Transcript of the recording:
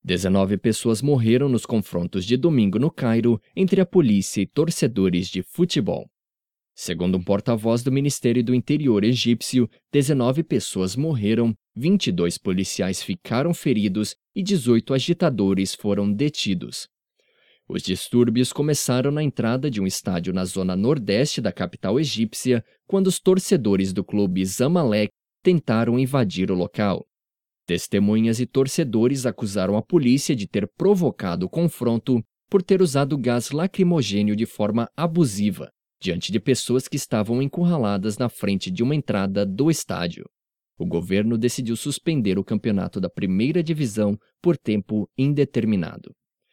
19 pessoas morreram nos confrontos de domingo no Cairo entre a polícia e torcedores de futebol. Segundo um porta-voz do Ministério do Interior egípcio, 19 pessoas morreram, 22 policiais ficaram feridos e 18 agitadores foram detidos. Os distúrbios começaram na entrada de um estádio na zona nordeste da capital egípcia, quando os torcedores do clube Zamalek tentaram invadir o local. Testemunhas e torcedores acusaram a polícia de ter provocado o confronto por ter usado gás lacrimogênio de forma abusiva, diante de pessoas que estavam encurraladas na frente de uma entrada do estádio. O governo decidiu suspender o campeonato da primeira divisão por tempo indeterminado.